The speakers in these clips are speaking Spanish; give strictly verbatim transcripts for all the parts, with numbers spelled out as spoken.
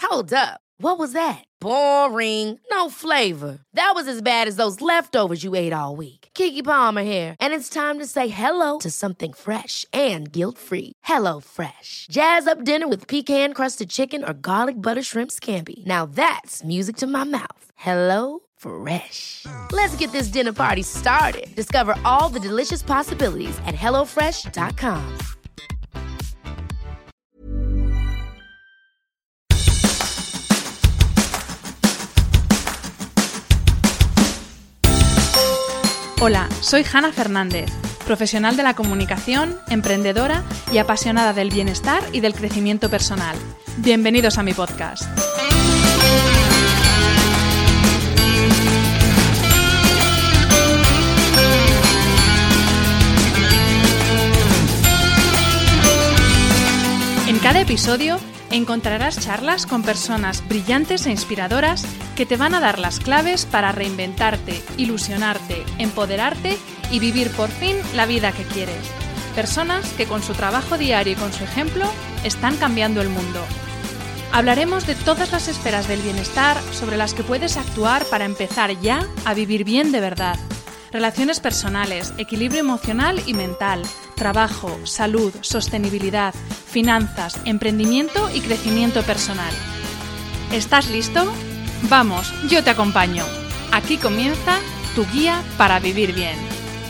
Hold up. What was that? Boring. No flavor. That was as bad as those leftovers you ate all week. Keke Palmer here, and it's time to say hello to something fresh and guilt-free. Hello Fresh. Jazz up dinner with pecan-crusted chicken or garlic butter shrimp scampi. Now that's music to my mouth. Hello Fresh. Let's get this dinner party started. Discover all the delicious possibilities at hello fresh dot com. Hola, soy Hanna Fernández, profesional de la comunicación, emprendedora y apasionada del bienestar y del crecimiento personal. Bienvenidos a mi podcast. En cada episodio encontrarás charlas con personas brillantes e inspiradoras que te van a dar las claves para reinventarte, ilusionarte, empoderarte y vivir por fin la vida que quieres. Personas que con su trabajo diario y con su ejemplo están cambiando el mundo. Hablaremos de todas las esferas del bienestar sobre las que puedes actuar para empezar ya a vivir bien de verdad. Relaciones personales, equilibrio emocional y mental, trabajo, salud, sostenibilidad, finanzas, emprendimiento y crecimiento personal. ¿Estás listo? Vamos, yo te acompaño. Aquí comienza tu guía para vivir bien.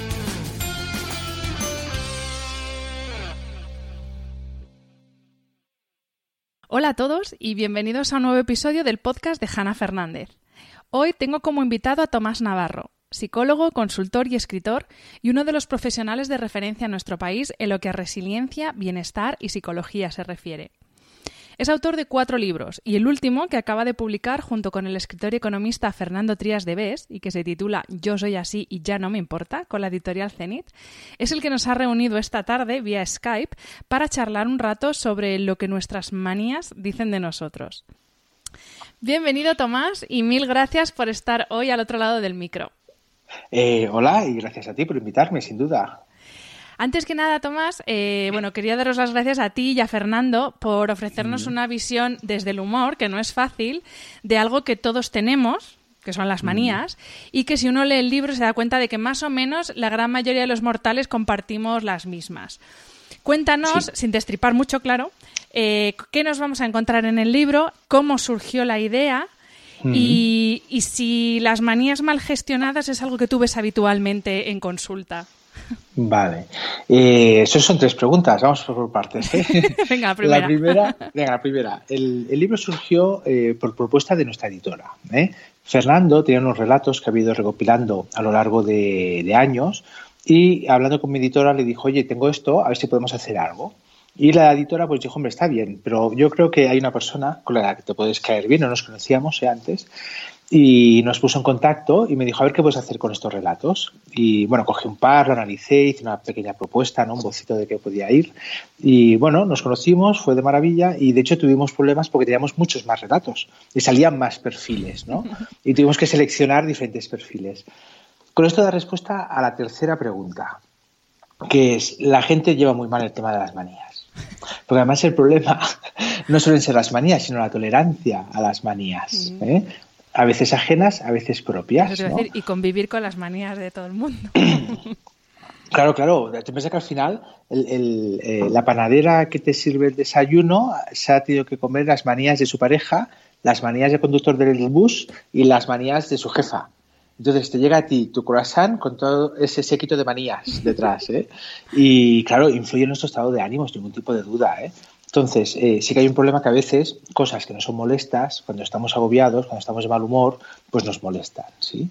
Hola a todos y bienvenidos a un nuevo episodio del podcast de Hanna Fernández. Hoy tengo como invitado a Tomás Navarro, psicólogo, consultor y escritor y uno de los profesionales de referencia en nuestro país en lo que a resiliencia, bienestar y psicología se refiere. Es autor de cuatro libros y el último, que acaba de publicar junto con el escritor y economista Fernando Trías de Bes y que se titula Yo soy así y ya no me importa, con la editorial Zenit, es el que nos ha reunido esta tarde vía Skype para charlar un rato sobre lo que nuestras manías dicen de nosotros. Bienvenido, Tomás, y mil gracias por estar hoy al otro lado del micro. Eh, hola y gracias a ti por invitarme, sin duda. Antes que nada, Tomás, eh, bueno, quería daros las gracias a ti y a Fernando por ofrecernos mm. una visión desde el humor, que no es fácil, de algo que todos tenemos, que son las manías, mm. y que si uno lee el libro se da cuenta de que más o menos la gran mayoría de los mortales compartimos las mismas. Cuéntanos, sí. sin destripar mucho, claro, eh, qué nos vamos a encontrar en el libro, cómo surgió la idea. Y, y si las manías mal gestionadas es algo que tú ves habitualmente en consulta. Vale. Eh, eso son tres preguntas. Vamos por partes. ¿eh? Venga, la primera. La primera, venga, la primera. El, el libro surgió eh, por propuesta de nuestra editora. ¿eh? Fernando tenía unos relatos que ha ido recopilando a lo largo de, de años y hablando con mi editora le dijo, oye, tengo esto, a ver si podemos hacer algo. Y la editora pues dijo, hombre, está bien, pero yo creo que hay una persona con la que te puedes caer bien, no nos conocíamos ¿eh, antes, y nos puso en contacto y me dijo, a ver qué puedes hacer con estos relatos. Y bueno, cogí un par, lo analicé, hice una pequeña propuesta, ¿no? Un bocito de qué podía ir. Y bueno, nos conocimos, fue de maravilla y de hecho tuvimos problemas porque teníamos muchos más relatos y salían más perfiles, ¿no? Y tuvimos que seleccionar diferentes perfiles. Con esto da respuesta a la tercera pregunta, que es, la gente lleva muy mal el tema de las manías. Porque además el problema no suelen ser las manías, sino la tolerancia a las manías. ¿eh? A veces ajenas, a veces propias. Eso te iba a decir, ¿no? Y convivir con las manías de todo el mundo. Claro, claro. Te piensas que al final el, el, eh, la panadera que te sirve el desayuno se ha tenido que comer las manías de su pareja, las manías del conductor del bus y las manías de su jefa. Entonces te llega a ti tu croissant con todo ese séquito de manías detrás, ¿eh? Y claro, influye en nuestro estado de ánimo, sin ningún tipo de duda, ¿eh? Entonces, eh, sí que hay un problema que a veces cosas que no son molestas, cuando estamos agobiados, cuando estamos de mal humor, pues nos molestan, ¿sí?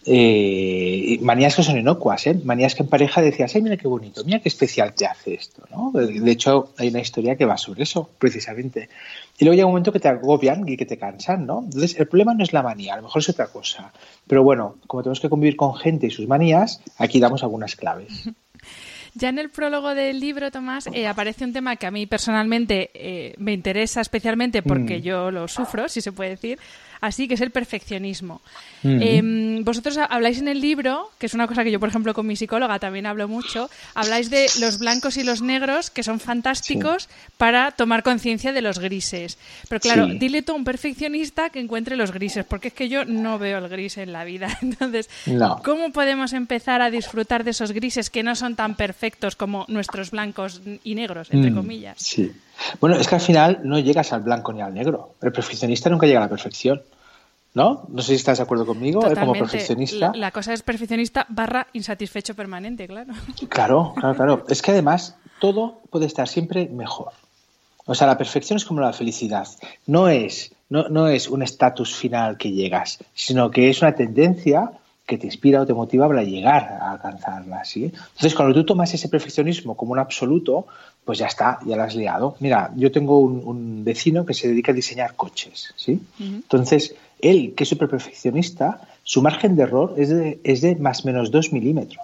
Eh, manías que son inocuas, ¿eh? Manías que en pareja decías, ay, mira qué bonito, mira qué especial te hace esto, ¿no? De hecho, hay una historia que va sobre eso, precisamente. Y luego llega un momento que te agobian y que te cansan, ¿no? Entonces, el problema no es la manía, a lo mejor es otra cosa. Pero bueno, como tenemos que convivir con gente y sus manías, aquí damos algunas claves. Ya en el prólogo del libro, Tomás, eh, aparece un tema que a mí personalmente eh, me interesa especialmente porque mm. yo lo sufro, si se puede decir así, que es el perfeccionismo. Mm. Eh, vosotros habláis en el libro, que es una cosa que yo, por ejemplo, con mi psicóloga también hablo mucho, habláis de los blancos y los negros, que son fantásticos sí. para tomar conciencia de los grises. Pero claro, sí. dile tú a un perfeccionista que encuentre los grises, porque es que yo no veo el gris en la vida. Entonces, no. ¿cómo podemos empezar a disfrutar de esos grises que no son tan perfectos como nuestros blancos y negros, entre mm, comillas? Sí. Bueno, es que al final no llegas al blanco ni al negro. El perfeccionista nunca llega a la perfección, ¿no? No sé si estás de acuerdo conmigo. Totalmente. Como perfeccionista. La, la cosa es perfeccionista barra insatisfecho permanente, claro. Claro, claro, claro. Es que además todo puede estar siempre mejor. O sea, la perfección es como la felicidad. No es, no, no es un estatus final que llegas, sino que es una tendencia que te inspira o te motiva para llegar a alcanzarla, ¿sí? Entonces, cuando tú tomas ese perfeccionismo como un absoluto, pues ya está, ya lo has liado. Mira, yo tengo un, un vecino que se dedica a diseñar coches, ¿sí? Uh-huh. Entonces, él, que es súper perfeccionista, su margen de error es de, es de más o menos dos milímetros.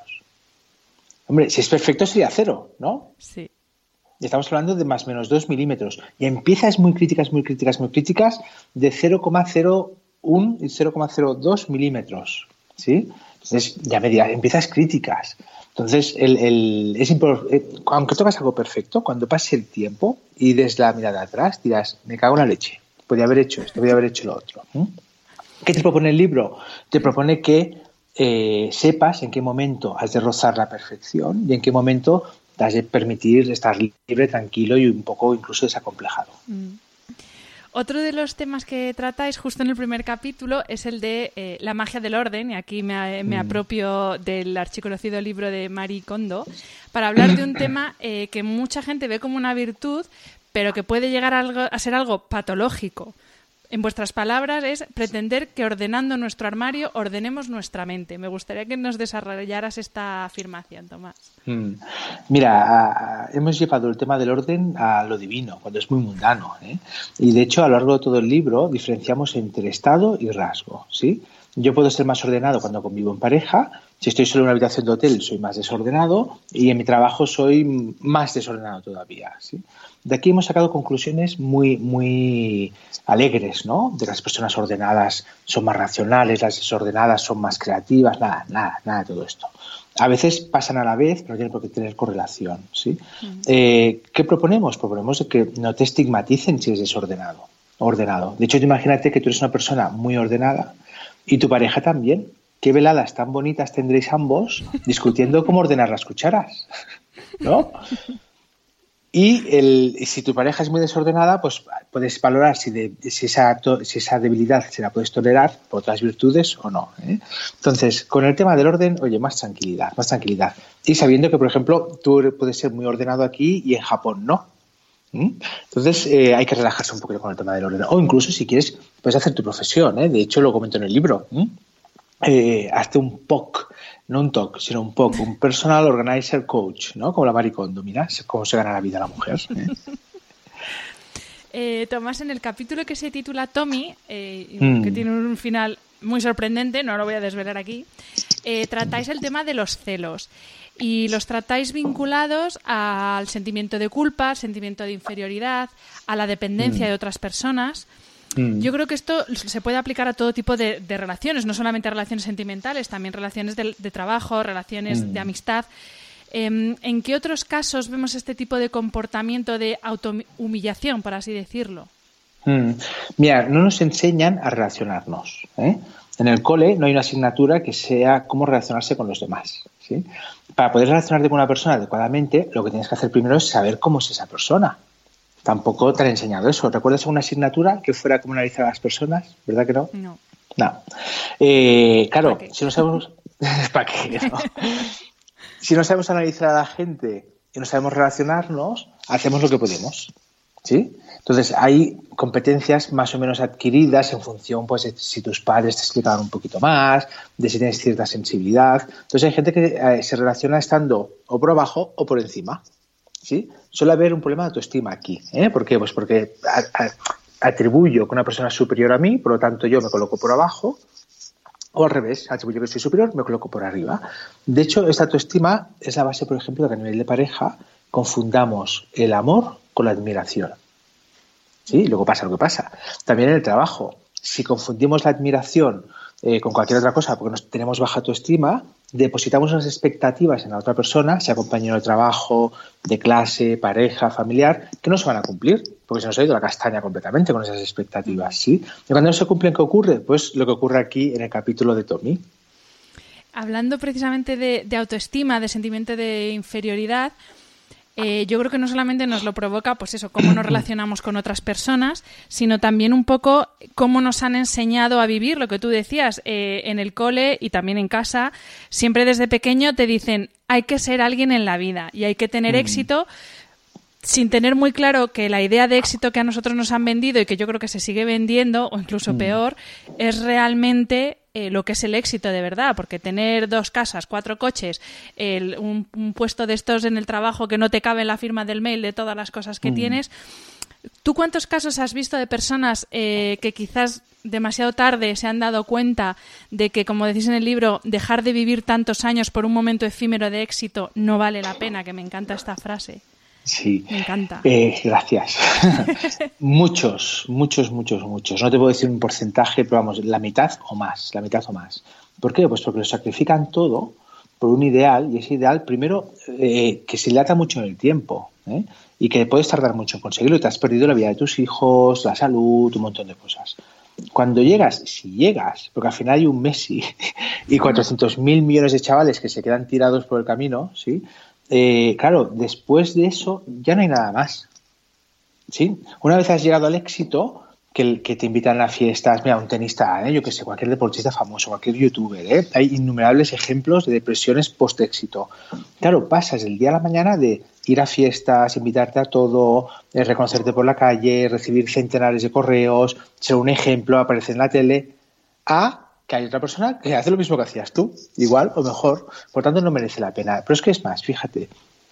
Hombre, si es perfecto sería cero, ¿no? Sí. Estamos hablando de más o menos dos milímetros. Y empiezas muy críticas, muy críticas, muy críticas de cero coma cero uno y cero coma cero dos milímetros. ¿Sí? Entonces ya me dirás, empiezas críticas. Entonces, el, el, es eh, aunque tú hagas algo perfecto, cuando pase el tiempo y des la mirada atrás, dirás, me cago en la leche, podría haber hecho esto, podría haber hecho lo otro. ¿Mm? ¿Qué te propone el libro? Te propone que eh, sepas en qué momento has de rozar la perfección y en qué momento te has de permitir estar libre, tranquilo y un poco incluso desacomplejado. Mm. Otro de los temas que tratáis justo en el primer capítulo es el de eh, la magia del orden, y aquí me, me apropio del archiconocido libro de Marie Kondo, para hablar de un tema eh, que mucha gente ve como una virtud, pero que puede llegar a, algo, a ser algo patológico. En vuestras palabras es pretender que ordenando nuestro armario ordenemos nuestra mente. Me gustaría que nos desarrollaras esta afirmación, Tomás. Mm. Mira, a, a, hemos llevado el tema del orden a lo divino, cuando es muy mundano, ¿eh? Y de hecho, a lo largo de todo el libro diferenciamos entre estado y rasgo, ¿sí? Yo puedo ser más ordenado cuando convivo en pareja. Si estoy solo en una habitación de hotel, soy más desordenado, y en mi trabajo soy más desordenado todavía, ¿sí? De aquí hemos sacado conclusiones muy, muy alegres, ¿no? De las personas ordenadas son más racionales, las desordenadas son más creativas, nada, nada, nada de todo esto. A veces pasan a la vez, pero no tienen por qué tener correlación, ¿sí? Uh-huh. Eh, ¿Qué proponemos? Proponemos que no te estigmaticen si eres desordenado o ordenado. De hecho, imagínate que tú eres una persona muy ordenada y tu pareja también. ¿Qué veladas tan bonitas tendréis ambos discutiendo cómo ordenar las cucharas? ¿No? Y el, si tu pareja es muy desordenada, pues puedes valorar si, de, si, esa, si esa debilidad se la puedes tolerar por otras virtudes o no, ¿eh? Entonces, con el tema del orden, oye, más tranquilidad, más tranquilidad. Y sabiendo que, por ejemplo, tú puedes ser muy ordenado aquí y en Japón no. ¿Mm? Entonces, eh, hay que relajarse un poquito con el tema del orden. O incluso, si quieres, puedes hacer tu profesión, ¿eh? De hecho, lo comento en el libro. ¿Mm? Eh, hazte un P O C, no un T O C, sino un P O C, un Personal Organizer Coach, ¿no? Como la Marie Kondo. Mira cómo se gana la vida la mujer. ¿eh? Eh, Tomás, en el capítulo que se titula Tommy, eh, mm. que tiene un final muy sorprendente, no lo voy a desvelar aquí, eh, tratáis el tema de los celos. Y los tratáis vinculados al sentimiento de culpa, al sentimiento de inferioridad, a la dependencia mm. de otras personas. Yo creo que esto se puede aplicar a todo tipo de, de relaciones, no solamente a relaciones sentimentales, también relaciones de, de trabajo, relaciones mm. de amistad. Eh, ¿En qué otros casos vemos este tipo de comportamiento de autohumillación, por así decirlo? Mm. Mira, no nos enseñan a relacionarnos, ¿eh? En el cole no hay una asignatura que sea cómo relacionarse con los demás, ¿sí? Para poder relacionarte con una persona adecuadamente, lo que tienes que hacer primero es saber cómo es esa persona. Tampoco te han enseñado eso. ¿Recuerdas alguna asignatura que fuera cómo analizar a las personas? ¿Verdad que no? No. No. Eh, claro, si no sabemos... ¿Para qué? No. Si no sabemos analizar a la gente y no sabemos relacionarnos, hacemos lo que podemos, ¿sí? Entonces, hay competencias más o menos adquiridas en función, pues, de si tus padres te explicaban un poquito más, de si tienes cierta sensibilidad. Entonces, hay gente que eh, se relaciona estando o por abajo o por encima, ¿sí? Suele haber un problema de autoestima aquí, ¿eh? ¿Por qué? Pues porque a, a, atribuyo que una persona es superior a mí, por lo tanto yo me coloco por abajo, o al revés, atribuyo que soy superior, me coloco por arriba. De hecho, esta autoestima es la base, por ejemplo, de que a nivel de pareja confundamos el amor con la admiración, ¿sí? Y luego pasa lo que pasa. También en el trabajo. si confundimos la admiración eh, con cualquier otra cosa porque nos tenemos baja autoestima, depositamos unas expectativas en la otra persona, sea compañero de trabajo, de clase, pareja, familiar, que no se van a cumplir, porque se nos ha ido la castaña completamente con esas expectativas, ¿sí? Y cuando no se cumplen, ¿qué ocurre? Pues lo que ocurre aquí en el capítulo de Tommy. Hablando precisamente de, de autoestima, de sentimiento de inferioridad, eh, yo creo que no solamente nos lo provoca, pues eso, cómo nos relacionamos con otras personas, sino también un poco cómo nos han enseñado a vivir, lo que tú decías, eh, en el cole y también en casa. Siempre desde pequeño te dicen, hay que ser alguien en la vida y hay que tener mm. éxito, sin tener muy claro que la idea de éxito que a nosotros nos han vendido y que yo creo que se sigue vendiendo, o incluso mm. peor, es realmente eh, lo que es el éxito de verdad, porque tener dos casas, cuatro coches, el, un, un puesto de estos en el trabajo que no te cabe en la firma del mail de todas las cosas que mm. tienes. ¿Tú cuántos casos has visto de personas eh, que quizás demasiado tarde se han dado cuenta de que, como decís en el libro, dejar de vivir tantos años por un momento efímero de éxito no vale la pena? Que me encanta esta frase. Sí, me encanta. Eh, gracias. muchos, muchos, muchos, muchos. No te puedo decir un porcentaje, pero vamos, la mitad o más, la mitad o más. ¿Por qué? Pues porque lo sacrifican todo por un ideal, y ese ideal, primero, eh, que se dilata mucho en el tiempo, ¿eh? Y que puedes tardar mucho en conseguirlo y te has perdido la vida de tus hijos, la salud, un montón de cosas. Cuando llegas, si llegas, porque al final hay un Messi y cuatrocientos mil millones de chavales que se quedan tirados por el camino, ¿sí? Eh, claro, después de eso ya no hay nada más, ¿sí? Una vez has llegado al éxito, que, que te invitan a fiestas, mira, un tenista, ¿eh? Yo que sé, cualquier deportista famoso, cualquier youtuber, ¿eh? Hay innumerables ejemplos de depresiones post-éxito. Claro, pasas el día a la mañana de ir a fiestas, invitarte a todo, eh, reconocerte por la calle, recibir centenares de correos, ser un ejemplo, aparecer en la tele, a que hay otra persona que hace lo mismo que hacías tú, igual o mejor, por tanto no merece la pena. Pero es que es más, fíjate,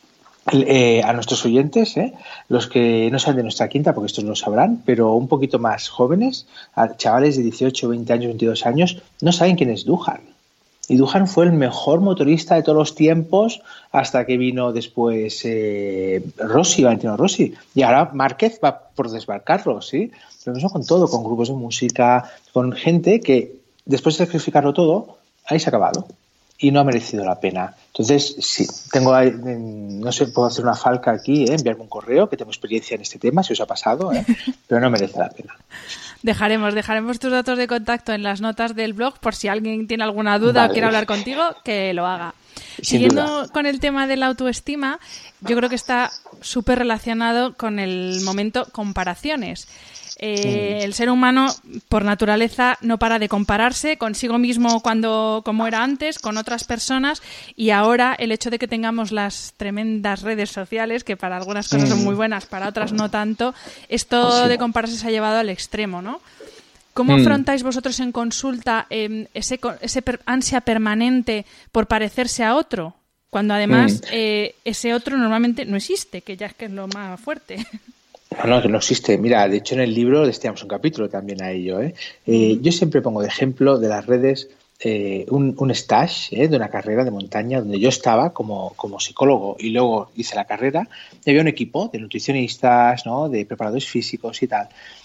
eh, a nuestros oyentes, eh, los que no sean de nuestra quinta, porque estos no lo sabrán, pero un poquito más jóvenes, a chavales de dieciocho, veinte años, veintidós años, no saben quién es Duhan. Y Duhan fue el mejor motorista de todos los tiempos hasta que vino después eh, Rossi, Valentino Rossi. Y ahora Márquez va por desbarcarlo, ¿sí? Lo mismo con todo, con grupos de música, con gente que después de sacrificarlo todo, ahí se ha acabado y no ha merecido la pena. Entonces, sí, tengo, no sé, puedo hacer una falca aquí, ¿eh? Enviarme un correo, que tengo experiencia en este tema, si os ha pasado, ¿eh? Pero no merece la pena. Dejaremos, dejaremos tus datos de contacto en las notas del blog por si alguien tiene alguna duda vale. o quiere hablar contigo, que lo haga. Sin Siguiendo duda. Con el tema de la autoestima, yo creo que está súper relacionado con el momento comparaciones. Eh, el ser humano, por naturaleza, no para de compararse consigo mismo cuando como era antes, con otras personas, y ahora el hecho de que tengamos las tremendas redes sociales, que para algunas cosas son muy buenas, para otras no tanto, esto de compararse se ha llevado al extremo, ¿no? ¿Cómo mm. afrontáis vosotros en consulta eh, ese, ese per, ansia permanente por parecerse a otro? Cuando además mm. eh, ese otro normalmente no existe, que ya es que es lo más fuerte. No, no, que no existe. Mira, de hecho en el libro destinamos un capítulo también a ello, ¿eh? Eh, yo siempre pongo de ejemplo de las redes eh, un, un stage ¿eh? de una carrera de montaña donde yo estaba como, como psicólogo y luego hice la carrera y había un equipo de nutricionistas, ¿no? De preparadores físicos y tal.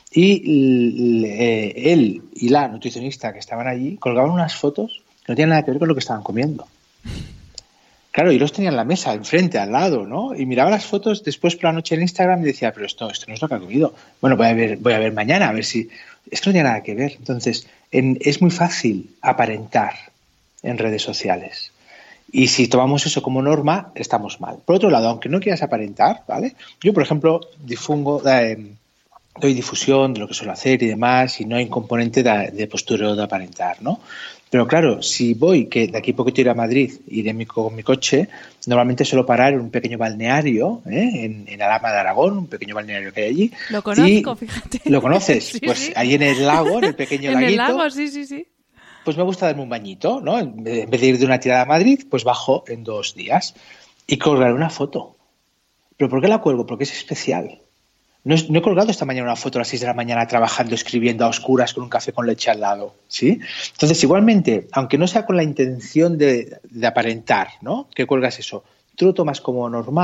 Y eh, él y la nutricionista que estaban allí colgaban unas fotos que no tenían nada que ver con lo que estaban comiendo. Claro, y los tenía en la mesa, enfrente, al lado, ¿no? Y miraba las fotos después por la noche en Instagram y decía, pero esto, esto no es lo que ha comido. Bueno, voy a ver, voy a ver mañana, a ver si... Es que no tiene nada que ver. Entonces, en, es muy fácil aparentar en redes sociales. Y si tomamos eso como norma, estamos mal. Por otro lado, aunque no quieras aparentar, ¿vale? Yo, por ejemplo, difungo... Eh, doy difusión de lo que suelo hacer y demás, y no hay un componente de, de postureo de aparentar, ¿no? Pero claro, si voy, que de aquí a poquito iré a Madrid, iré mi, con mi coche, normalmente suelo parar en un pequeño balneario, ¿eh? en, en Alhama de Aragón, un pequeño balneario que hay allí. Lo conozco, fíjate. ¿Lo conoces? Sí, pues sí. Ahí en el lago, en el pequeño en laguito. En el lago, sí, sí, sí. Pues me gusta darme un bañito, ¿no? En vez de ir de una tirada a Madrid, pues bajo en dos días y colgaré una foto. ¿Pero por qué la cuelgo? Porque es especial. No, es, no he colgado esta mañana una foto a las seis de la mañana trabajando, escribiendo a oscuras con un café con leche al lado, ¿sí? Entonces, igualmente, aunque no sea con la intención de, de aparentar, ¿no? Que cuelgas eso, tú lo tomas como normal,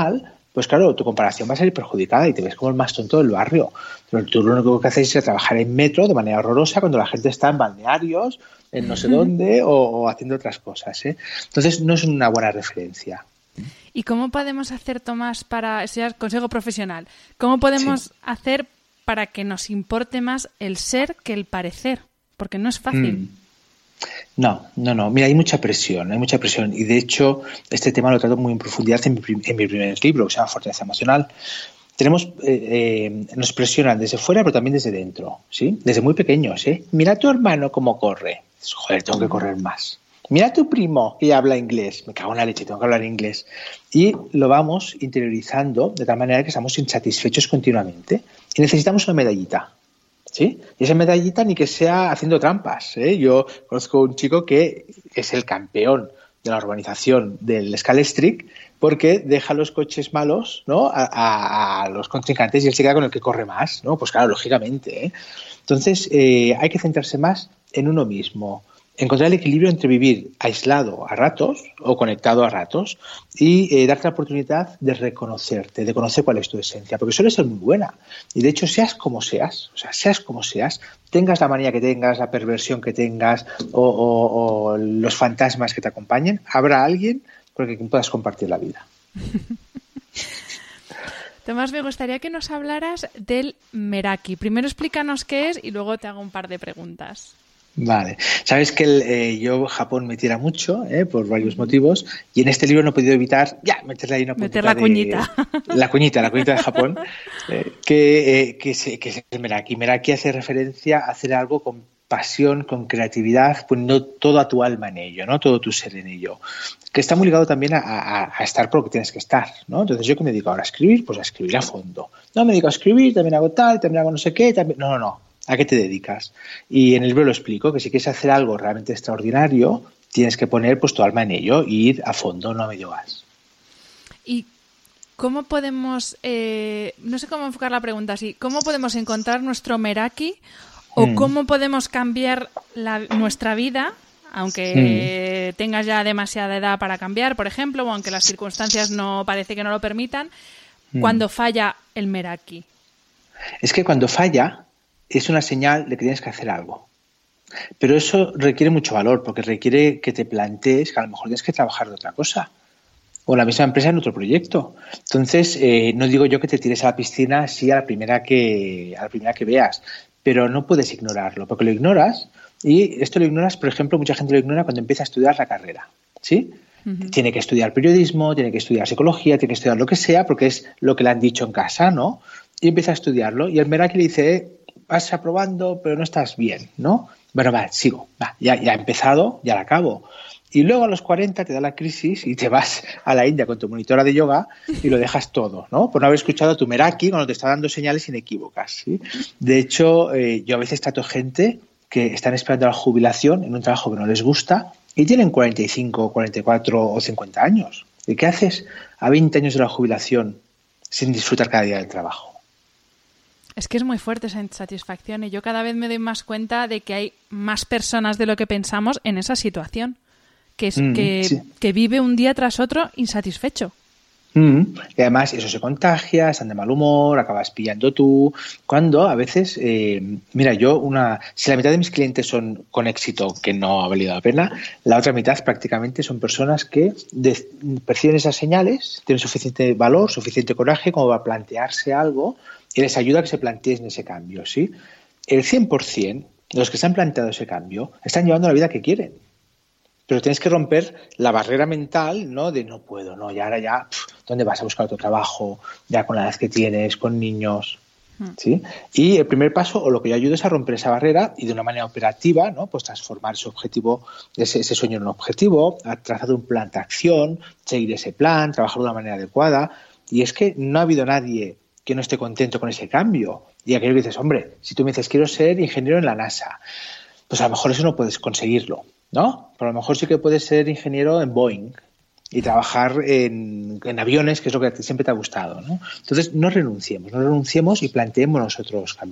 pues claro, tu comparación va a salir perjudicada y te ves como el más tonto del barrio. Pero tú lo único que haces es ir a trabajar en metro de manera horrorosa cuando la gente está en balnearios, en no sé dónde o, o haciendo otras cosas, ¿eh? Entonces no es una buena referencia. ¿Y cómo podemos hacer, Tomás, para, eso ya es consejo profesional, cómo podemos sí. hacer para que nos importe más el ser que el parecer? Porque no es fácil. Mm. No, no, no. Mira, hay mucha presión, hay mucha presión. Y de hecho, este tema lo trato muy en profundidad en mi, prim- en mi primer libro, que se llama Fortaleza Emocional. Tenemos, eh, eh, nos presionan desde fuera, pero también desde dentro, ¿sí? Desde muy pequeños, ¿eh? Mira a tu hermano cómo corre. Joder, tengo que correr más. Mira a tu primo que ya habla inglés. Me cago en la leche, tengo que hablar inglés. Y lo vamos interiorizando de tal manera que estamos insatisfechos continuamente. Y necesitamos una medallita. ¿Sí? Y esa medallita ni que sea haciendo trampas, ¿eh? Yo conozco un chico que es el campeón de la urbanización del Scalestrick porque deja los coches malos, ¿no? a, a, a los contrincantes y él se queda con el que corre más, ¿no? Pues claro, lógicamente, ¿eh? Entonces eh, hay que centrarse más en uno mismo, encontrar el equilibrio entre vivir aislado a ratos o conectado a ratos y eh, darte la oportunidad de reconocerte, de conocer cuál es tu esencia, porque suele ser muy buena. Y de hecho, seas como seas, o sea, seas como seas, tengas la manía que tengas, la perversión que tengas o, o, o los fantasmas que te acompañen, habrá alguien con el que puedas compartir la vida. Tomás, me gustaría que nos hablaras del Meraki. Primero explícanos qué es y luego te hago un par de preguntas. Vale. Sabes que el, eh, yo Japón me tira mucho, eh, por varios motivos, y en este libro no he podido evitar ya meterle ahí una puntita Meter la cuñita. De, la cuñita, la cuñita de Japón, eh, que, eh, que, se, que es el Meraki. Meraki hace referencia a hacer algo con pasión, con creatividad, poniendo toda tu alma en ello, ¿no? Todo tu ser en ello. Que está muy ligado también a, a, a estar por lo que tienes que estar, ¿no? Entonces, yo que me dedico ahora a escribir, pues a escribir a fondo. No me dedico a escribir, también hago tal, también hago no sé qué, también... No, no, no. ¿A qué te dedicas? Y en el libro lo explico, que si quieres hacer algo realmente extraordinario, tienes que poner pues tu alma en ello y ir a fondo, no a medio gas. ¿Y cómo podemos, eh, no sé cómo enfocar la pregunta así, cómo podemos encontrar nuestro Meraki o mm. cómo podemos cambiar la, nuestra vida, aunque mm. tengas ya demasiada edad para cambiar, por ejemplo, o aunque las circunstancias no parece que no lo permitan, mm. cuando falla el Meraki? Es que cuando falla es una señal de que tienes que hacer algo. Pero eso requiere mucho valor, porque requiere que te plantees que a lo mejor tienes que trabajar de otra cosa. O la misma empresa en otro proyecto. Entonces, eh, no digo yo que te tires a la piscina así a la primera que, a la primera que veas, pero no puedes ignorarlo, porque lo ignoras, y esto lo ignoras, por ejemplo, mucha gente lo ignora cuando empieza a estudiar la carrera, ¿sí? Uh-huh. Tiene que estudiar periodismo, tiene que estudiar psicología, tiene que estudiar lo que sea, porque es lo que le han dicho en casa, ¿no? Y empieza a estudiarlo, y el Meraki le dice... Eh, vas aprobando, pero no estás bien, ¿no? Bueno, va, sigo. Va, ya, ya he empezado, ya la acabo. Y luego a los cuarenta te da la crisis y te vas a la India con tu monitora de yoga y lo dejas todo, ¿no? Por no haber escuchado a tu Meraki cuando te está dando señales inequívocas, ¿sí? De hecho, eh, yo a veces trato gente que están esperando la jubilación en un trabajo que no les gusta y tienen cuarenta y cinco, cuarenta y cuatro o cincuenta años. ¿Y qué haces a veinte años de la jubilación sin disfrutar cada día del trabajo? Es que es muy fuerte esa insatisfacción y yo cada vez me doy más cuenta de que hay más personas de lo que pensamos en esa situación, que es mm, que, sí. que vive un día tras otro insatisfecho. Mm, y además eso se contagia, están de mal humor, acabas pillando tú, cuando a veces, eh, mira, yo una, si la mitad de mis clientes son con éxito, que no ha valido la pena, la otra mitad prácticamente son personas que de, perciben esas señales, tienen suficiente valor, suficiente coraje como para plantearse algo y les ayuda a que se planteen ese cambio, ¿sí? El cien por ciento de los que se han planteado ese cambio están llevando la vida que quieren. Pero tienes que romper la barrera mental, ¿no? De no puedo, no, y ahora ya, pff, ¿dónde vas a buscar otro trabajo? Ya con la edad que tienes, con niños, ¿sí? Y el primer paso, o lo que yo ayudo es a romper esa barrera y de una manera operativa, ¿no? Pues transformar ese objetivo, ese, ese sueño en un objetivo, a trazar un plan de acción, seguir ese plan, trabajar de una manera adecuada. Y es que no ha habido nadie que no esté contento con ese cambio. Y aquello que dices, hombre, si tú me dices quiero ser ingeniero en la NASA, pues a lo mejor eso no puedes conseguirlo, ¿no? Pero a lo mejor sí que puedes ser ingeniero en Boeing y trabajar en, en aviones, que es lo que siempre te ha gustado, ¿no? Entonces, no renunciemos, no renunciemos y planteemos otros caminos.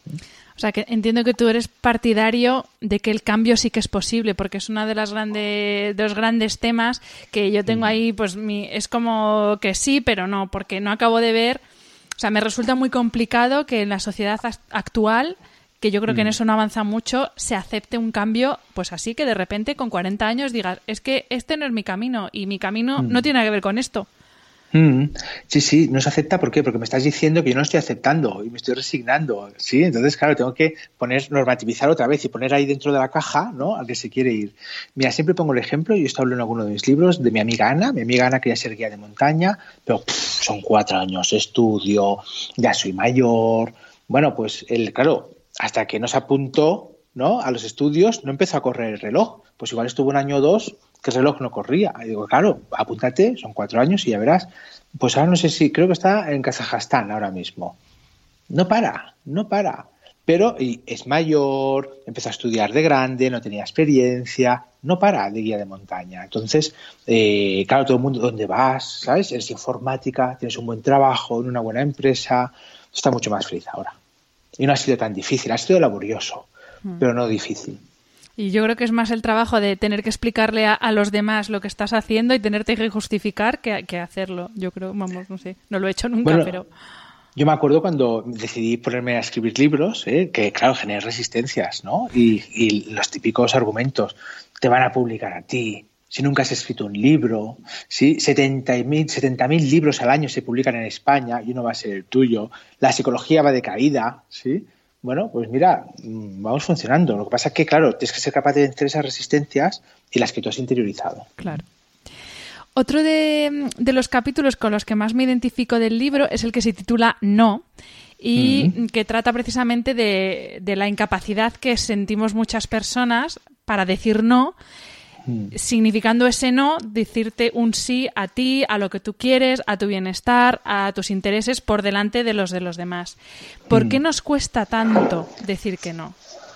O sea, que entiendo que tú eres partidario de que el cambio sí que es posible, porque es uno de, las grande, de los grandes temas que yo tengo ahí, pues mi, es como que sí, pero no, porque no acabo de ver, o sea, me resulta muy complicado que en la sociedad actual, que yo creo que en eso no avanza mucho, se acepte un cambio, pues así que de repente con cuarenta años digas, es que este no es mi camino y mi camino mm. no tiene nada que ver con esto. Mm, sí, sí, no se acepta. ¿Por qué? Porque me estás diciendo que yo no estoy aceptando y me estoy resignando, ¿sí? Entonces, claro, tengo que poner, normativizar otra vez y poner ahí dentro de la caja, ¿no?, al que se quiere ir. Mira, siempre pongo el ejemplo, y esto hablo en alguno de mis libros, de mi amiga Ana. Mi amiga Ana quería ser guía de montaña, pero pff, son cuatro años, estudio, ya soy mayor. Bueno, pues, el, claro, hasta que no se apuntó, ¿no?, a los estudios, no empezó a correr el reloj. Pues igual estuvo un año o dos que el reloj no corría. Y digo, claro, apúntate, son cuatro años y ya verás. Pues ahora no sé si, creo que está en Kazajstán ahora mismo. No para, no para. Pero y es mayor, empezó a estudiar de grande, no tenía experiencia, no para de guía de montaña. Entonces, eh, claro, todo el mundo, ¿dónde vas? ¿Sabes? Eres informática, tienes un buen trabajo en una buena empresa, está mucho más feliz ahora. Y no ha sido tan difícil, ha sido laborioso, mm. pero no difícil. Y yo creo que es más el trabajo de tener que explicarle a, a los demás lo que estás haciendo y tenerte que justificar que, que hacerlo. Yo creo, vamos, no sé, no lo he hecho nunca, bueno, pero... Yo me acuerdo cuando decidí ponerme a escribir libros, ¿eh? que claro, generé resistencias, ¿no? Y, y los típicos argumentos, te van a publicar a ti, si nunca has escrito un libro, ¿sí? setenta mil libros al año se publican en España y uno va a ser el tuyo, la psicología va de caída, ¿sí? Bueno, pues mira, vamos funcionando. Lo que pasa es que, claro, tienes que ser capaz de vencer esas resistencias y las que tú has interiorizado. Claro. Otro de, de los capítulos con los que más me identifico del libro es el que se titula No, y mm. que trata precisamente de, de la incapacidad que sentimos muchas personas para decir no, significando ese no, decirte un sí a ti, a lo que tú quieres, a tu bienestar, a tus intereses por delante de los de los demás. ¿Por mm. qué nos cuesta tanto decir que no?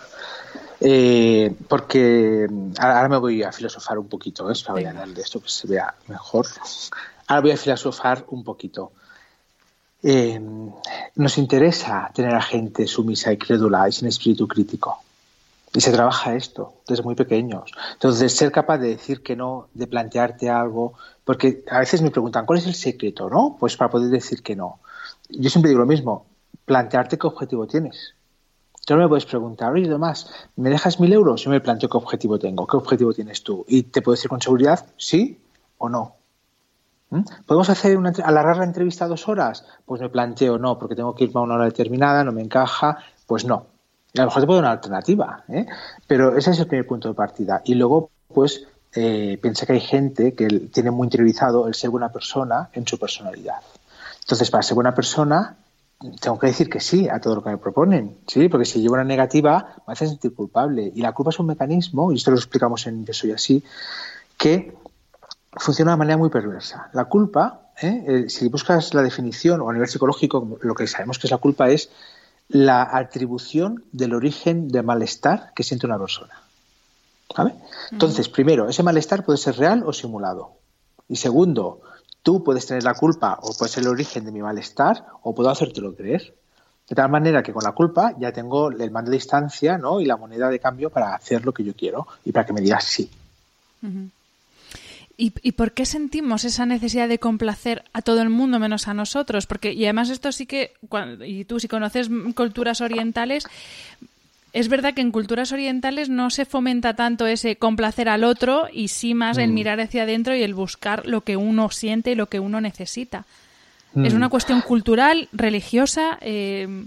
Eh, porque ahora me voy a filosofar un poquito, ¿eh? Voy a darle esto que se vea mejor. Ahora voy a filosofar un poquito. Eh, nos interesa tener a gente sumisa y crédula y sin espíritu crítico. Y se trabaja esto desde muy pequeños. Entonces, ser capaz de decir que no, de plantearte algo, porque a veces me preguntan, ¿cuál es el secreto, no? Pues para poder decir que no. Yo siempre digo lo mismo, plantearte qué objetivo tienes. Tú no me puedes preguntar, oye, Tomás, ¿me dejas mil euros? Yo me planteo qué objetivo tengo, qué objetivo tienes tú. Y te puedo decir con seguridad sí o no. ¿Mm? ¿Podemos hacer una, alargar la entrevista a dos horas? Pues me planteo no, porque tengo que irme a una hora determinada, no me encaja, pues no. A lo mejor te puedo dar una alternativa, ¿eh? Pero ese es el primer punto de partida. Y luego, pues, eh, piensa que hay gente que tiene muy interiorizado el ser buena persona en su personalidad. Entonces, para ser buena persona, tengo que decir que sí a todo lo que me proponen, ¿sí? Porque si llevo una negativa, me hace sentir culpable. Y la culpa es un mecanismo, y esto lo explicamos en Yo Soy Así, que funciona de una manera muy perversa. La culpa, ¿eh? Eh, si buscas la definición, o a nivel psicológico, lo que sabemos que es la culpa es la atribución del origen de malestar que siente una persona. ¿Vale? Entonces, primero, ese malestar puede ser real o simulado. Y segundo, tú puedes tener la culpa o puede ser el origen de mi malestar o puedo hacértelo creer. De tal manera que con la culpa ya tengo el mando de distancia, ¿no? Y la moneda de cambio para hacer lo que yo quiero y para que me digas sí. Uh-huh. ¿Y, ¿Y por qué sentimos esa necesidad de complacer a todo el mundo menos a nosotros? Porque, y además esto sí que, cuando, y tú si conoces culturas orientales, es verdad que en culturas orientales no se fomenta tanto ese complacer al otro y sí más mm. el mirar hacia adentro y el buscar lo que uno siente y lo que uno necesita. Mm. ¿Es una cuestión cultural, religiosa? Eh...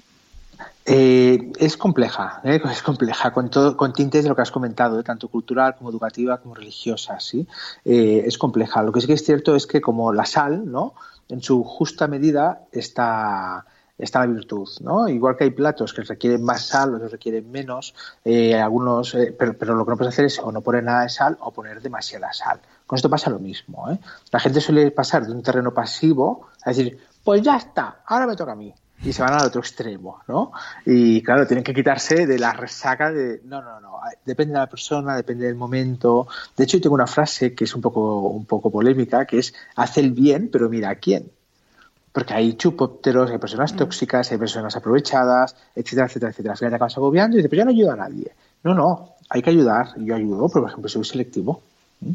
Eh, es compleja, ¿eh? es compleja, con, todo, con tintes de lo que has comentado, ¿eh? Tanto cultural como educativa como religiosa, ¿sí? Eh, es compleja. Lo que sí que es cierto es que como la sal, ¿no? En su justa medida está, está la virtud, ¿no? Igual que hay platos que requieren más sal, otros requieren menos, eh, algunos, eh, pero, pero lo que no puedes hacer es o no poner nada de sal o poner demasiada sal. Con esto pasa lo mismo, ¿eh? La gente suele pasar de un terreno pasivo a decir, pues ya está, ahora me toca a mí. Y se van al otro extremo, ¿no? Y claro, tienen que quitarse de la resaca de no, no, no, depende de la persona, depende del momento. De hecho, yo tengo una frase que es un poco, un poco polémica, que es haz el bien, pero mira a quién. Porque hay chupópteros, hay personas tóxicas, hay personas aprovechadas, etcétera, etcétera, etcétera. Al final te acabas agobiando y dices, pero yo no ayudo a nadie. No, no, hay que ayudar. Yo ayudo, pero por ejemplo soy selectivo. ¿Mm?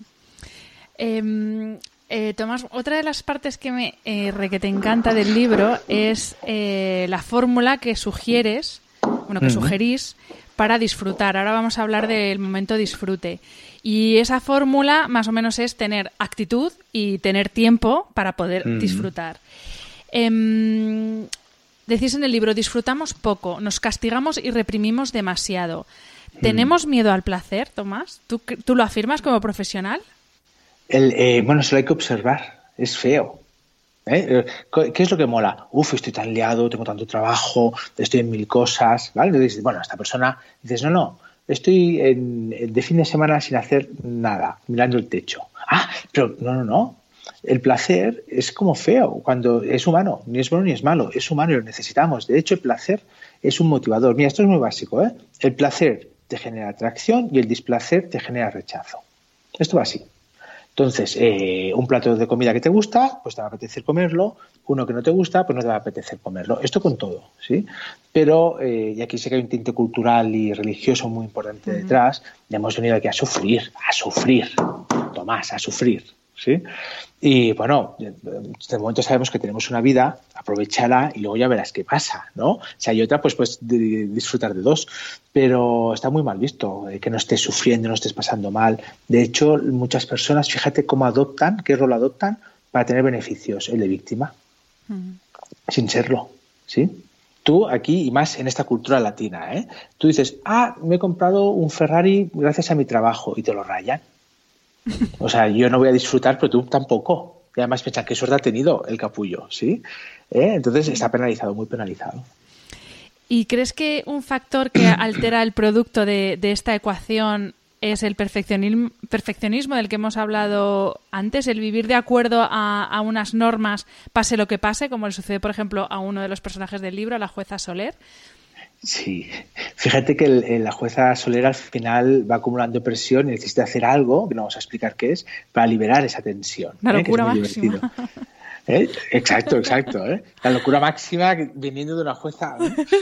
Eh, eh, Tomás, otra de las partes que me eh, re que te encanta del libro es eh, la fórmula que sugieres, bueno, que uh-huh. sugerís para disfrutar. Ahora vamos a hablar del momento disfrute. Y esa fórmula más o menos es tener actitud y tener tiempo para poder uh-huh. disfrutar. Eh, decís en el libro, disfrutamos poco, nos castigamos y reprimimos demasiado. Uh-huh. ¿Tenemos miedo al placer, Tomás? ¿Tú, tú lo afirmas como profesional? El, eh, bueno, se lo hay que observar. Es feo. ¿Eh? ¿Qué es lo que mola? Uf, estoy tan liado, tengo tanto trabajo, estoy en mil cosas, ¿vale? Entonces, bueno, esta persona dices, no, no, estoy en, de fin de semana sin hacer nada, mirando el techo. Ah, pero no, no, no. El placer es como feo cuando es humano, ni es bueno ni es malo, es humano y lo necesitamos. De hecho, el placer es un motivador. Mira, esto es muy básico, ¿eh? El placer te genera atracción y el displacer te genera rechazo. Esto va así. Entonces, eh, un plato de comida que te gusta, pues te va a apetecer comerlo. Uno que no te gusta, pues no te va a apetecer comerlo. Esto con todo, ¿sí? Pero, eh, y aquí sé que hay un tinte cultural y religioso muy importante uh-huh. detrás, y hemos venido aquí a sufrir, a sufrir, Tomás, a sufrir, ¿sí? Y bueno, de momento sabemos que tenemos una vida, aprovechala y luego ya verás qué pasa, ¿no? Si hay otra, pues puedes disfrutar de dos, pero está muy mal visto eh, que no estés sufriendo, no estés pasando mal. De hecho, muchas personas, fíjate cómo adoptan, qué rol adoptan para tener beneficios, el de víctima, uh-huh. sin serlo, ¿sí? Tú aquí, y más en esta cultura latina, ¿eh? Tú dices, ah, me he comprado un Ferrari gracias a mi trabajo, y te lo rayan. O sea, yo no voy a disfrutar, pero tú tampoco. Y además piensan qué suerte ha tenido el capullo, ¿sí? ¿Eh? Entonces está penalizado, muy penalizado. ¿Y crees que un factor que altera el producto de, de esta ecuación es el perfeccionismo, perfeccionismo del que hemos hablado antes? El vivir de acuerdo a, a unas normas, pase lo que pase, como le sucede, por ejemplo, a uno de los personajes del libro, a la jueza Soler. Sí, fíjate que el, la jueza Soler al final va acumulando presión y necesita hacer algo, que no vamos a explicar qué es, para liberar esa tensión. La ¿eh? locura que es muy máxima. ¿Eh? Exacto, exacto. ¿eh? La locura máxima viniendo de una jueza.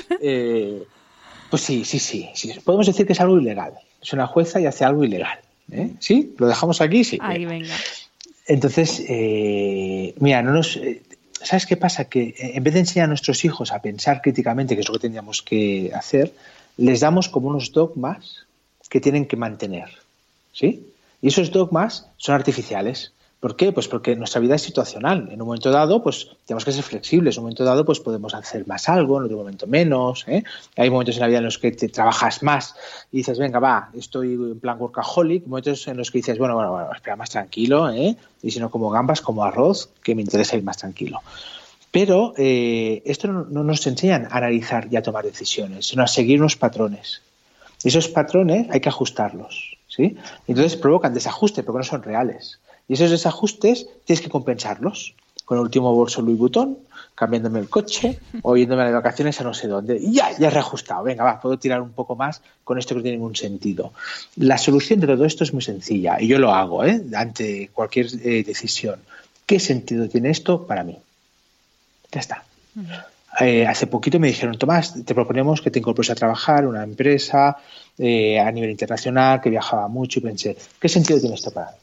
Eh, pues sí, sí, sí, sí. Podemos decir que es algo ilegal. Es una jueza y hace algo ilegal. ¿eh? ¿Sí? ¿Lo dejamos aquí? Sí. Ahí, venga. Entonces, eh, mira, no nos... Eh, ¿sabes qué pasa? Que en vez de enseñar a nuestros hijos a pensar críticamente, que es lo que tendríamos que hacer, les damos como unos dogmas que tienen que mantener, ¿sí? Y esos dogmas son artificiales. ¿Por qué? Pues porque nuestra vida es situacional. En un momento dado, pues tenemos que ser flexibles. En un momento dado, pues podemos hacer más algo, en otro momento menos. ¿eh? Hay momentos en la vida en los que te trabajas más y dices, venga, va, estoy en plan workaholic. Momentos en los que dices, bueno, bueno, bueno, espera, más tranquilo, ¿eh? Y si no como gambas, como arroz, que me interesa ir más tranquilo. Pero eh, esto no, no nos enseñan a analizar y a tomar decisiones, sino a seguir unos patrones. Y esos patrones hay que ajustarlos, ¿sí? Entonces provocan desajuste, porque no son reales. Y esos desajustes tienes que compensarlos con el último bolso Louis Vuitton, cambiándome el coche o yéndome de vacaciones a no sé dónde. Y ya, ya he reajustado. Venga, va, puedo tirar un poco más con esto que no tiene ningún sentido. La solución de todo esto es muy sencilla y yo lo hago ¿eh? ante cualquier eh, decisión. ¿Qué sentido tiene esto para mí? Ya está. Uh-huh. Eh, hace poquito me dijeron, Tomás, te proponemos que te incorpores a trabajar en una empresa eh, a nivel internacional, que viajaba mucho, y pensé, ¿qué sentido tiene esto para mí?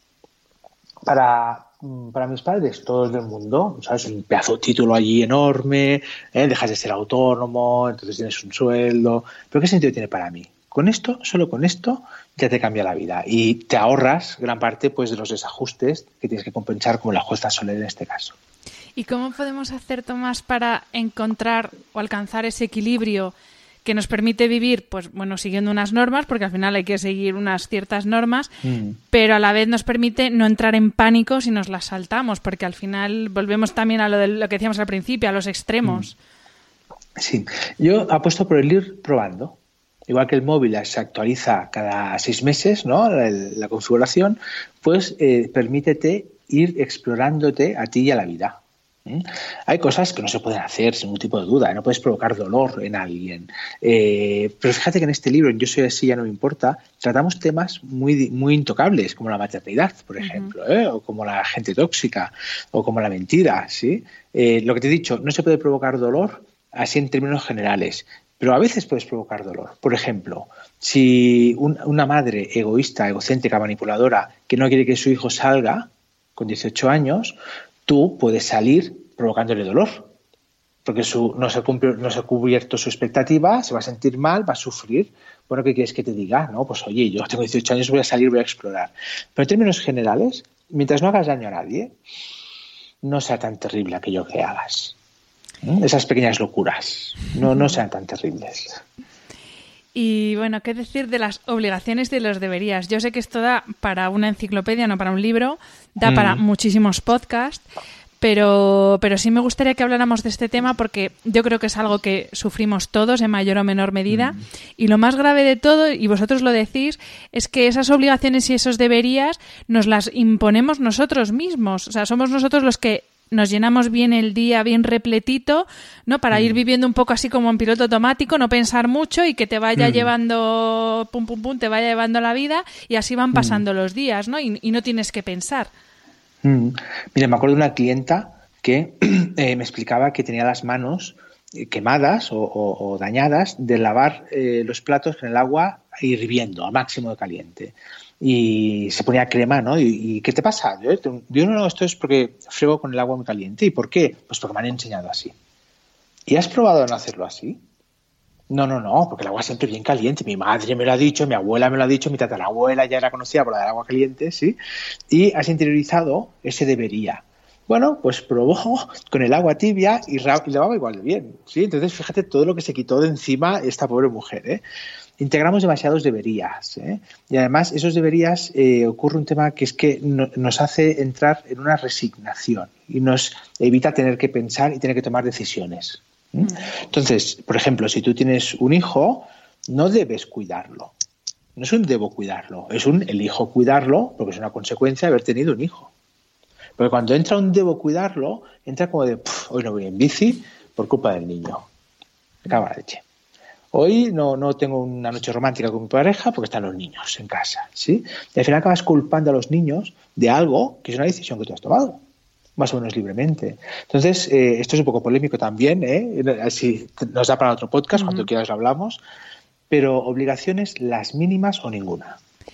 Para, para mis padres, todos del mundo, ¿sabes? Un pedazo de título allí enorme, ¿eh? Dejas de ser autónomo, entonces tienes un sueldo. ¿Pero qué sentido tiene para mí? Con esto, solo con esto, ya te cambia la vida y te ahorras gran parte pues, de los desajustes que tienes que compensar, como la jueza Soler en este caso. ¿Y cómo podemos hacer, Tomás, para encontrar o alcanzar ese equilibrio que nos permite vivir, pues bueno, siguiendo unas normas, porque al final hay que seguir unas ciertas normas, mm. pero a la vez nos permite no entrar en pánico si nos las saltamos, porque al final volvemos también a lo de lo que decíamos al principio, a los extremos. Sí, yo apuesto por el ir probando. Igual que el móvil se actualiza cada seis meses, ¿no? La, la configuración, pues eh, permítete ir explorándote a ti y a la vida. ¿Mm? Hay cosas que no se pueden hacer sin ningún tipo de duda, no puedes provocar dolor en alguien. Eh, pero fíjate que en este libro, en Yo soy así, ya no me importa, tratamos temas muy, muy intocables, como la maternidad, por ejemplo, uh-huh. ¿eh? O como la gente tóxica, o como la mentira, ¿sí? Eh, lo que te he dicho, no se puede provocar dolor así en términos generales, pero a veces puedes provocar dolor. Por ejemplo, si un, una madre egoísta, egocéntrica, manipuladora, que no quiere que su hijo salga con dieciocho años, tú puedes salir provocándole dolor, porque su, no, se cumple, no se ha cubierto su expectativa, se va a sentir mal, va a sufrir. Bueno, ¿qué quieres que te diga? No, pues oye, yo tengo dieciocho años, voy a salir, voy a explorar. Pero en términos generales, mientras no hagas daño a nadie, no sea tan terrible aquello que hagas. ¿Eh? Esas pequeñas locuras no, no sean tan terribles. Y bueno, ¿qué decir de las obligaciones y de los deberías? Yo sé que esto da para una enciclopedia, no para un libro, da mm. para muchísimos podcasts, pero, pero sí me gustaría que habláramos de este tema porque yo creo que es algo que sufrimos todos en mayor o menor medida. Mm. Y lo más grave de todo, y vosotros lo decís, es que esas obligaciones y esos deberías nos las imponemos nosotros mismos. O sea, somos nosotros los que nos llenamos bien el día, bien repletito, ¿no? Para mm. ir viviendo un poco así como en piloto automático, no pensar mucho y que te vaya mm. llevando, pum, pum, pum, te vaya llevando la vida y así van pasando mm. los días, ¿no? Y, y no tienes que pensar. Mm. Mira, me acuerdo de una clienta que eh, me explicaba que tenía las manos quemadas o, o, o dañadas de lavar eh, los platos en el agua hirviendo a máximo de caliente. Y se ponía crema, ¿no? ¿Y, y qué te pasa? Yo, yo no, no, esto es porque frego con el agua muy caliente. ¿Y por qué? Pues porque me han enseñado así. ¿Y has probado no hacerlo así? No, no, no, porque el agua siempre bien caliente. Mi madre me lo ha dicho, mi abuela me lo ha dicho, mi tatarabuela ya era conocida por la del agua caliente, ¿sí? Y has interiorizado ese debería. Bueno, pues probó con el agua tibia y, ra- y lavaba igual de bien, ¿sí? Entonces, fíjate todo lo que se quitó de encima esta pobre mujer, ¿eh? Integramos demasiados deberías, ¿eh? Y además esos deberías eh, ocurre un tema que es que no, nos hace entrar en una resignación y nos evita tener que pensar y tener que tomar decisiones. ¿eh? Entonces, por ejemplo, si tú tienes un hijo, no debes cuidarlo. No es un debo cuidarlo, es un elijo cuidarlo porque es una consecuencia de haber tenido un hijo. Pero cuando entra un debo cuidarlo, entra como de, hoy no voy en bici por culpa del niño. Me cago en la leche. Hoy no, no tengo una noche romántica con mi pareja porque están los niños en casa, ¿sí? Y al final acabas culpando a los niños de algo que es una decisión que tú has tomado, más o menos libremente. Entonces, eh, esto es un poco polémico también, ¿eh? Así nos da para otro podcast, uh-huh. Cuando quieras lo hablamos, pero obligaciones las mínimas o ninguna.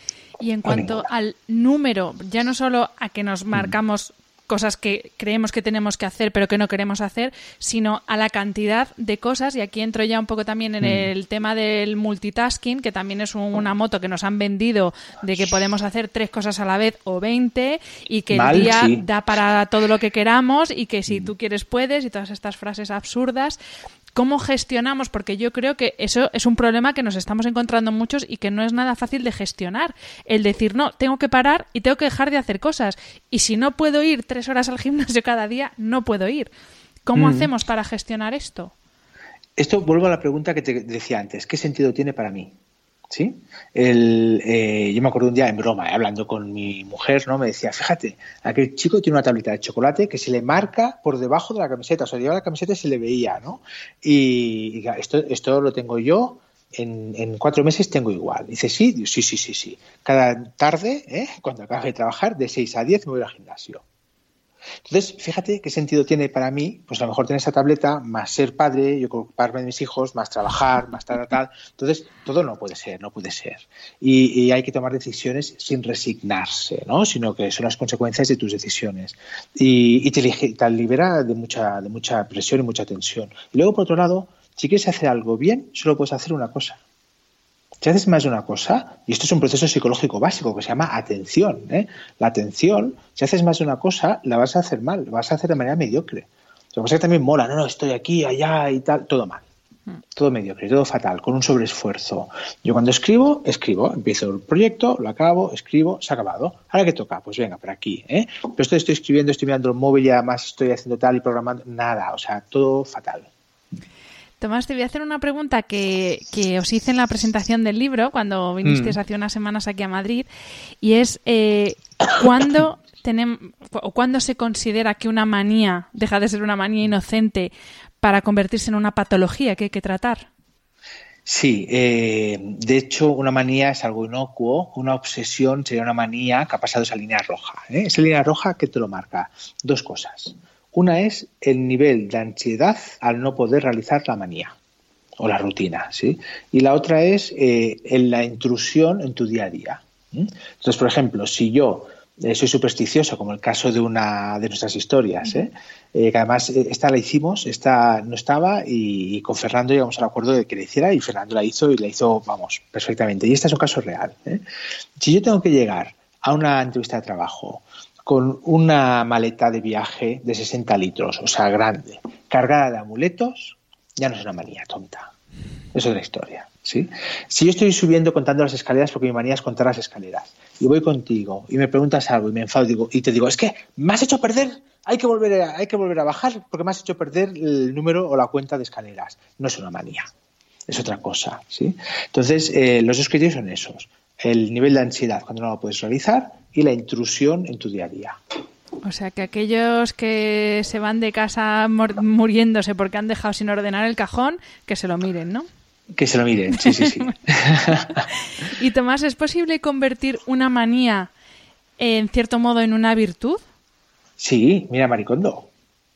Y en cuanto al número, ya no solo a que nos marcamos uh-huh. cosas que creemos que tenemos que hacer pero que no queremos hacer, sino a la cantidad de cosas, y aquí entro ya un poco también en mm. el tema del multitasking, que también es un, una moto que nos han vendido de que podemos hacer tres cosas a la vez o veinte y que Mal, el día sí. da para todo lo que queramos y que si mm. tú quieres puedes y todas estas frases absurdas. ¿Cómo gestionamos? Porque yo creo que eso es un problema que nos estamos encontrando muchos y que no es nada fácil de gestionar. El decir, no, tengo que parar y tengo que dejar de hacer cosas. Y si no puedo ir tres horas al gimnasio cada día, no puedo ir. ¿Cómo mm. hacemos para gestionar esto? Esto, vuelvo a la pregunta que te decía antes. ¿Qué sentido tiene para mí? ¿Sí? El, eh, yo me acuerdo un día en broma, eh, hablando con mi mujer, ¿no? Me decía, fíjate, aquel chico tiene una tableta de chocolate que se le marca por debajo de la camiseta, o sea, llevaba la camiseta y se le veía, ¿no? Y, y esto, esto lo tengo yo, en, en cuatro meses tengo igual. Dice, sí, Digo, sí, sí, sí, sí. Cada tarde, ¿eh? Cuando acabe de trabajar, de seis a diez me voy al gimnasio. Entonces, fíjate qué sentido tiene para mí, pues a lo mejor tener esa tableta, más ser padre, yo ocuparme de mis hijos, más trabajar, más tal, tal. Entonces, todo no puede ser, no puede ser. Y, y hay que tomar decisiones sin resignarse, ¿no? Sino que son las consecuencias de tus decisiones. Y, y te, te libera de mucha, de mucha presión y mucha tensión. Y luego, por otro lado, si quieres hacer algo bien, solo puedes hacer una cosa. Si haces más de una cosa, y esto es un proceso psicológico básico que se llama atención, ¿eh? La atención, si haces más de una cosa, la vas a hacer mal, la vas a hacer de manera mediocre. Lo que pasa es que también mola, no, no, estoy aquí, allá y tal, todo mal. Todo mediocre, todo fatal, con un sobreesfuerzo. Yo cuando escribo, escribo, empiezo el proyecto, lo acabo, escribo, se ha acabado. ¿Ahora qué toca? Pues venga, por aquí, ¿eh? Pero esto estoy escribiendo, estoy mirando el móvil y además estoy haciendo tal y programando, nada, o sea, todo fatal. Tomás, te voy a hacer una pregunta que, que os hice en la presentación del libro cuando vinisteis mm. hace unas semanas aquí a Madrid, y es eh, ¿cuándo tenemos, o cuándo se considera que una manía deja de ser una manía inocente para convertirse en una patología que hay que tratar? Sí, eh, de hecho una manía es algo inocuo, una obsesión sería una manía que ha pasado esa línea roja. ¿eh? Esa línea roja, ¿qué te lo marca? Dos cosas. Una es el nivel de ansiedad al no poder realizar la manía o la rutina, ¿sí? Y la otra es eh, en la intrusión en tu día a día. ¿eh? Entonces, por ejemplo, si yo Eh, soy supersticioso, como el caso de una de nuestras historias, ¿eh? Eh, que además eh, esta la hicimos, esta no estaba y, y con Fernando llegamos al acuerdo de que la hiciera y Fernando la hizo y la hizo, vamos, perfectamente. Y este es un caso real. ¿eh? Si yo tengo que llegar a una entrevista de trabajo con una maleta de viaje de sesenta litros, o sea, grande, cargada de amuletos, ya no es una manía tonta. Es otra historia, ¿sí? Si yo estoy subiendo contando las escaleras, porque mi manía es contar las escaleras, y voy contigo y me preguntas algo y me enfado y, digo, y te digo, es que me has hecho perder, hay que volver a, hay que volver a bajar porque me has hecho perder el número o la cuenta de escaleras. No es una manía, es otra cosa, ¿sí? Entonces, eh, los dos criterios son esos. El nivel de ansiedad cuando no lo puedes realizar y la intrusión en tu día a día. O sea, que aquellos que se van de casa muriéndose porque han dejado sin ordenar el cajón, que se lo miren, ¿no? Que se lo miren, sí, sí, sí. Y Tomás, ¿es posible convertir una manía, en cierto modo, en una virtud? Sí, mira Maricondo.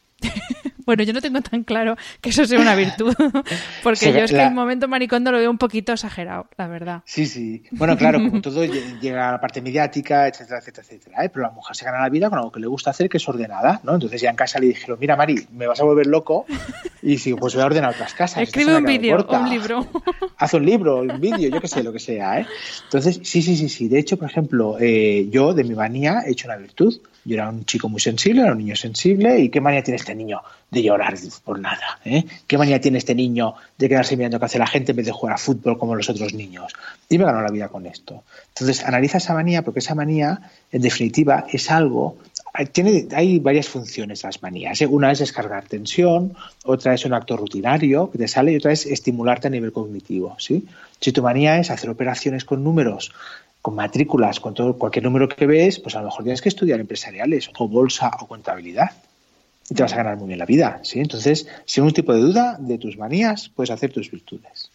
Bueno, yo no tengo tan claro que eso sea una virtud, porque sí, yo es la... que en momento Maricondo lo veo un poquito exagerado, la verdad. Sí, sí. Bueno, claro, como todo llega a la parte mediática, etcétera, etcétera, etcétera, ¿eh? Pero la mujer se gana la vida con algo que le gusta hacer, que es ordenada, ¿no? Entonces ya en casa le dijeron, mira Mari, me vas a volver loco, y sí, pues voy a ordenar otras casas. Escribe un vídeo, un libro. Haz un libro, un vídeo, yo qué sé, lo que sea, ¿eh? Entonces, sí, sí, sí, sí. De hecho, por ejemplo, eh, yo de mi manía he hecho una virtud. Yo era un chico muy sensible, era un niño sensible. ¿Y qué manía tiene este niño de llorar por nada? ¿eh? ¿Qué manía tiene este niño de quedarse mirando qué hace la gente en vez de jugar a fútbol como los otros niños? Y me ganó la vida con esto. Entonces, analiza esa manía, porque esa manía, en definitiva, es algo... Tiene, hay varias funciones las manías. ¿eh? Una es descargar tensión, otra es un acto rutinario que te sale y otra es estimularte a nivel cognitivo. ¿sí? Si tu manía es hacer operaciones con números, con matrículas, con todo, cualquier número que ves, pues a lo mejor tienes que estudiar empresariales o bolsa o contabilidad y te vas a ganar muy bien la vida, ¿sí? Entonces, sin un tipo de duda de tus manías, puedes hacer tus virtudes.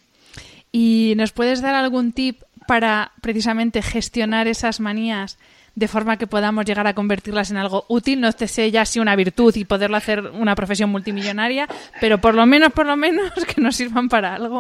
¿Y nos puedes dar algún tip para precisamente gestionar esas manías de forma que podamos llegar a convertirlas en algo útil? No te sé ya si una virtud y poderlo hacer una profesión multimillonaria, pero por lo menos, por lo menos que nos sirvan para algo.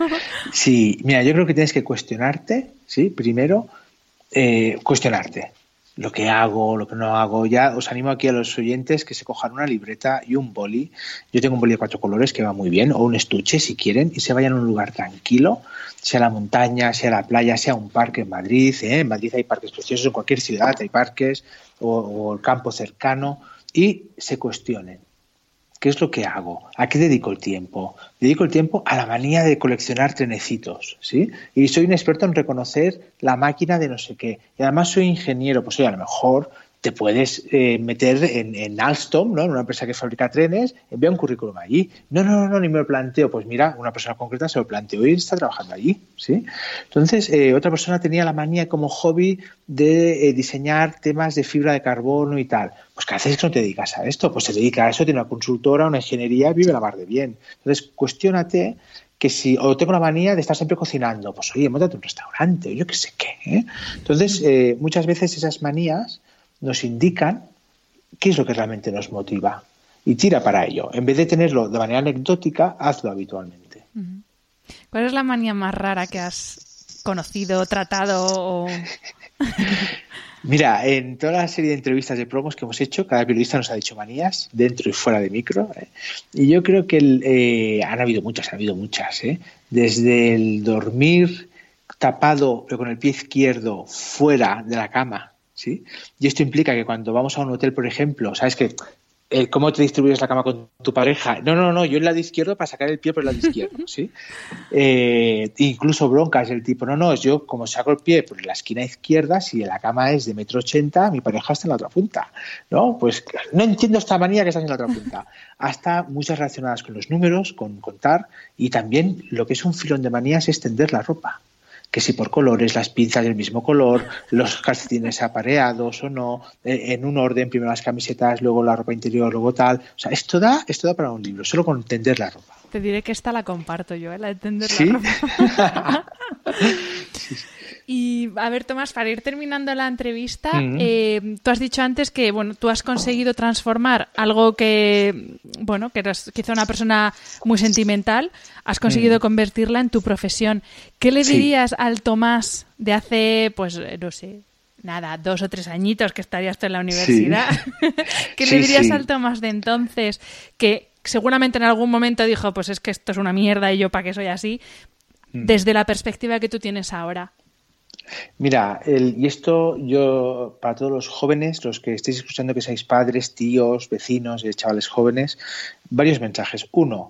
Sí, mira, yo creo que tienes que cuestionarte, ¿sí? Primero, eh, cuestionarte lo que hago, lo que no hago. Ya os animo aquí a los oyentes que se cojan una libreta y un boli. Yo tengo un boli de cuatro colores que va muy bien, o un estuche si quieren, y se vayan a un lugar tranquilo, sea la montaña, sea la playa, sea un parque en Madrid. ¿eh? En Madrid hay parques preciosos, en cualquier ciudad hay parques, o, o el campo cercano, y se cuestionen. ¿Qué es lo que hago? ¿A qué dedico el tiempo? Dedico el tiempo a la manía de coleccionar trenecitos, ¿sí? Y soy un experto en reconocer la máquina de no sé qué. Y además soy ingeniero, pues oye, a lo mejor te puedes eh, meter en, en Alstom, ¿no? En una empresa que fabrica trenes, envía un currículum allí. No, no, no, no, ni me lo planteo. Pues mira, una persona concreta se lo planteó y está trabajando allí, ¿sí? Entonces, eh, otra persona tenía la manía como hobby de eh, diseñar temas de fibra de carbono y tal. Pues ¿qué haces que no te dedicas a esto? Pues se dedica a eso, tiene una consultora, una ingeniería, vive la mar de bien. Entonces, cuestiónate que si, o tengo la manía de estar siempre cocinando, pues oye, móntate un restaurante, o yo qué sé qué, ¿eh? Entonces, eh, muchas veces esas manías nos indican qué es lo que realmente nos motiva y tira para ello. En vez de tenerlo de manera anecdótica, hazlo habitualmente. ¿Cuál es la manía más rara que has conocido, tratado o...? Mira, en toda la serie de entrevistas de promos que hemos hecho, cada periodista nos ha dicho manías, dentro y fuera de micro, ¿eh? Y yo creo que el, eh, han habido muchas, han habido muchas, ¿eh? Desde el dormir tapado, pero con el pie izquierdo fuera de la cama, ¿sí? Y esto implica que cuando vamos a un hotel, por ejemplo, sabes que eh, ¿cómo te distribuyes la cama con tu pareja? No, no, no, yo en la de izquierdo para sacar el pie por el lado izquierdo, ¿sí? Eh, incluso broncas del tipo, no, no, yo como saco el pie por la esquina izquierda, si la cama es de metro ochenta, mi pareja está en la otra punta, ¿no? Pues no entiendo esta manía que estás en la otra punta. Hasta muchas relacionadas con los números, con contar, y también lo que es un filón de manías es tender la ropa. que si por colores, las pinzas del mismo color, los calcetines apareados o no, eh, en un orden, primero las camisetas, luego la ropa interior, luego tal. O sea, esto da, esto da para un libro, solo con entender la ropa. Te diré que esta la comparto yo, ¿eh? La de entender ¿Sí? la ropa. sí. Y, a ver, Tomás, para ir terminando la entrevista, mm-hmm. eh, tú has dicho antes que, bueno, tú has conseguido transformar algo que, bueno, que eras quizá una persona muy sentimental, has conseguido mm. convertirla en tu profesión. ¿Qué le dirías sí. al Tomás de hace, pues, no sé, nada, dos o tres añitos que estarías tú en la universidad? Sí. ¿Qué sí, le dirías sí. al Tomás de entonces que seguramente en algún momento dijo, pues es que esto es una mierda y yo para qué soy así, mm. desde la perspectiva que tú tienes ahora? Mira, el, y esto yo, para todos los jóvenes, los que estéis escuchando que seáis padres, tíos, vecinos, chavales jóvenes, varios mensajes. Uno,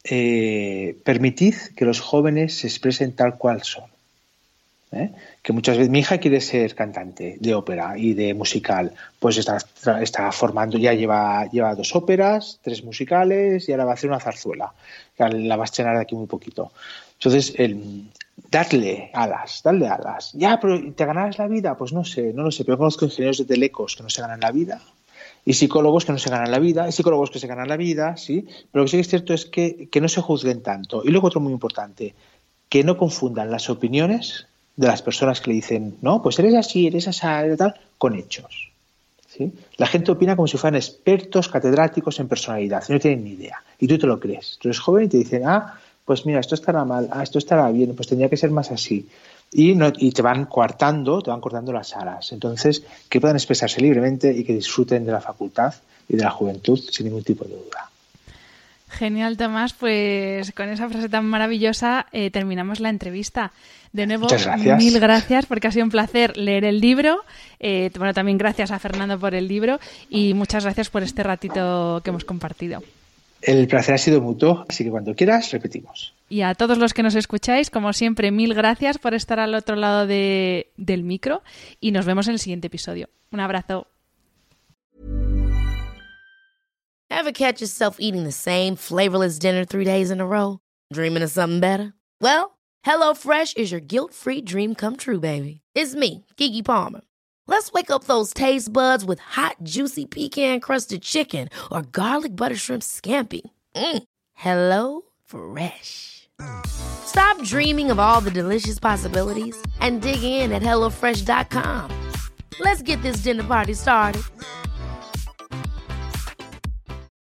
eh, permitid que los jóvenes se expresen tal cual son. ¿Eh? Que muchas veces mi hija quiere ser cantante de ópera y de musical, pues está, está formando, ya lleva, lleva dos óperas, tres musicales y ahora va a hacer una zarzuela, que la va a estrenar de aquí muy poquito. Entonces, el, darle alas, darle alas. Ya, pero ¿te ganarás la vida? Pues no sé, no lo sé, pero conozco ingenieros de telecos que no se ganan la vida y psicólogos que no se ganan la vida, y psicólogos que se ganan la vida, sí, pero lo que sí que es cierto es que, que no se juzguen tanto. Y luego otro muy importante, que no confundan las opiniones de las personas que le dicen, no, pues eres así, eres así, tal, con hechos. ¿Sí? La gente opina como si fueran expertos catedráticos en personalidad, y no tienen ni idea. Y tú te lo crees. Tú eres joven y te dicen, ah, pues mira, esto estará mal, ah, esto estará bien, pues tendría que ser más así. Y, no, y te van coartando, te van cortando las alas. Entonces, que puedan expresarse libremente y que disfruten de la facultad y de la juventud sin ningún tipo de duda. Genial, Tomás. Pues con esa frase tan maravillosa eh, terminamos la entrevista. De nuevo, gracias. mil gracias porque ha sido un placer leer el libro. Eh, bueno, también gracias a Fernando por el libro y muchas gracias por este ratito que hemos compartido. El placer ha sido mutuo, así que cuando quieras, repetimos. Y a todos los que nos escucháis, como siempre, mil gracias por estar al otro lado de, del micro y nos vemos en el siguiente episodio. Un abrazo. Ever catch yourself eating the same flavorless dinner three days in a row? Dreaming of something better? Well, HelloFresh is your guilt-free dream come true, baby. It's me, Keke Palmer. Let's wake up those taste buds with hot, juicy pecan-crusted chicken or garlic butter shrimp scampi. Mm. Hello Fresh. Stop dreaming of all the delicious possibilities and dig in at hello fresh dot com. Let's get this dinner party started.